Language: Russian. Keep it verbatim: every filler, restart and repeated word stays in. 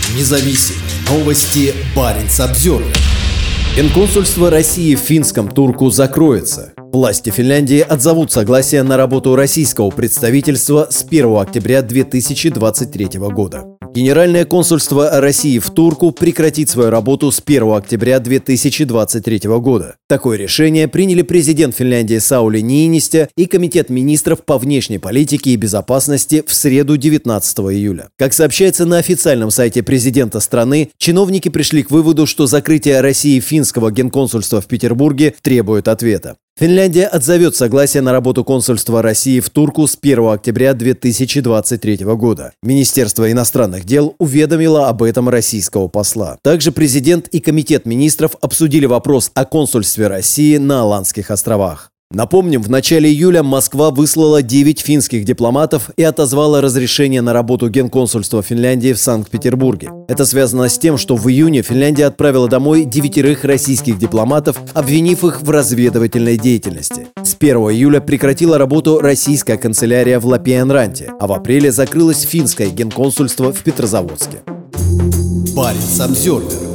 независим. Новости Баренц-Обзервер. Генконсульство России в Финском Турку закроется. Власти Финляндии отзовут согласие на работу российского представительства с первого октября две тысячи двадцать третьего года. Генеральное консульство России в Турку прекратит свою работу с первого октября две тысячи двадцать третьего года. Такое решение приняли президент Финляндии Саули Ниинистö и Комитет министров по внешней политике и безопасности в среду девятнадцатого июля. Как сообщается на официальном сайте президента страны, чиновники пришли к выводу, что закрытие России финского генконсульства в Петербурге требует ответа. Финляндия отзовет согласие на работу консульства России в Турку с первого октября две тысячи двадцать третьего года. Министерство иностранных дел уведомило об этом российского посла. Также президент и комитет министров обсудили вопрос о консульстве России на Аландских островах. Напомним, в начале июля Москва выслала девять финских дипломатов и отозвала разрешение на работу генконсульства Финляндии в Санкт-Петербурге. Это связано с тем, что в июне Финляндия отправила домой девятерых российских дипломатов, обвинив их в разведывательной деятельности. С первого июля прекратила работу российская канцелярия в Лапиенранте, а в апреле закрылось финское генконсульство в Петрозаводске. Баренц-Обзервер.